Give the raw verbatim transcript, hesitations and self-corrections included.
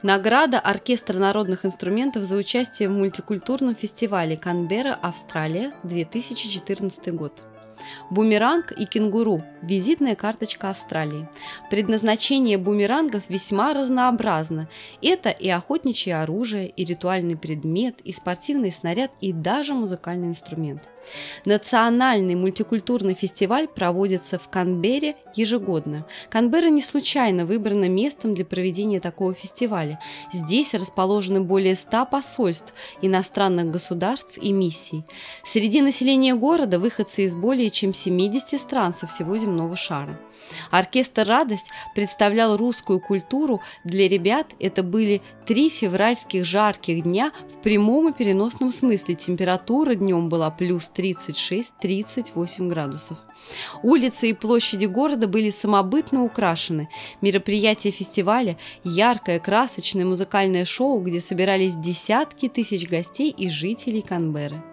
Награда «Оркестр народных инструментов» за участие в мультикультурном фестивале «Канберра, Австралия», две тысячи четырнадцатый год. Бумеранг и кенгуру – визитная карточка Австралии. Предназначение бумерангов весьма разнообразно. Это и охотничье оружие, и ритуальный предмет, и спортивный снаряд, и даже музыкальный инструмент. Национальный мультикультурный фестиваль проводится в Канберре ежегодно. Канберра не случайно выбрана местом для проведения такого фестиваля. Здесь расположены более ста посольств иностранных государств и миссий. Среди населения города выходцы из более чем семидесяти стран со всего земного шара. Оркестр «Радость» представлял русскую культуру. Для ребят это были три февральских жарких дня в прямом и переносном смысле. Температура днем была плюс тридцать шесть — тридцать восемь градусов. Улицы и площади города были самобытно украшены. Мероприятие фестиваля – яркое, красочное музыкальное шоу, где собирались десятки тысяч гостей и жителей Канберры.